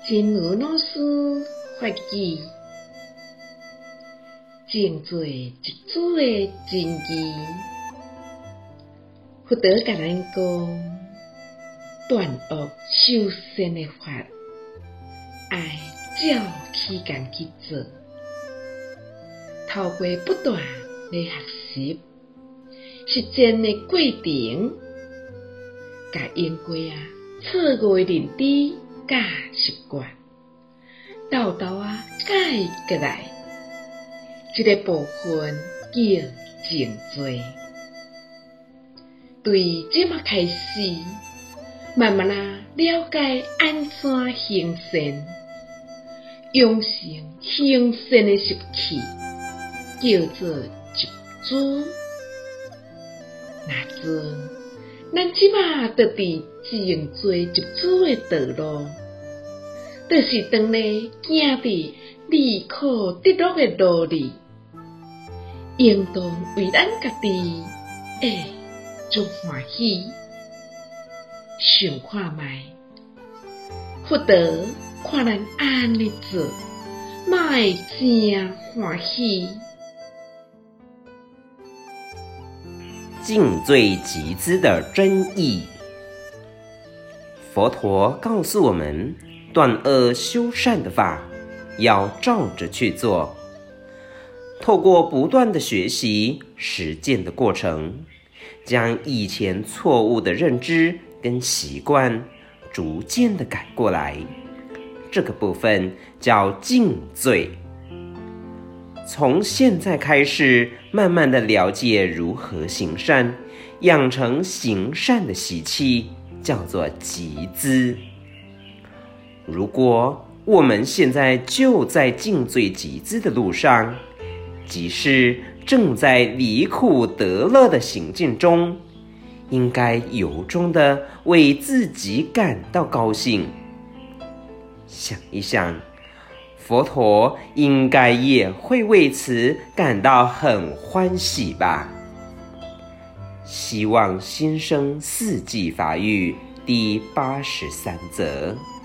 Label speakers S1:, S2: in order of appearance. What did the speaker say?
S1: 真如老师发起，静坐一主的真义。佛陀甲咱讲，断恶修善的法，爱照起工去做。透过不断的学习、实践的过程，甲因果错误的认知甲习惯，豆豆改过来，这个部分叫静坐。对这么开始，慢慢了解安怎行善，养成行善的习气，叫做集资。那阵，咱即马就伫静坐集资的道路，就是当咧行伫离苦得乐的路里，应当为咱家己会足欢喜。想看卖，佛陀看咱安尼做，嘛会真欢喜。
S2: 静坐集资的真意。佛陀告诉我们，断恶修善的法要照着去做，透过不断的学习实践的过程，将以前错误的认知跟习惯逐渐的改过来，这个部分叫静坐。从现在开始，慢慢的了解如何行善，养成行善的习气，叫做集资。如果我们现在就在静坐集资的路上，即是正在离苦得乐的行进中，应该由衷的为自己感到高兴。想一想，佛陀应该也会为此感到很欢喜吧。希望新生四季法语第83则。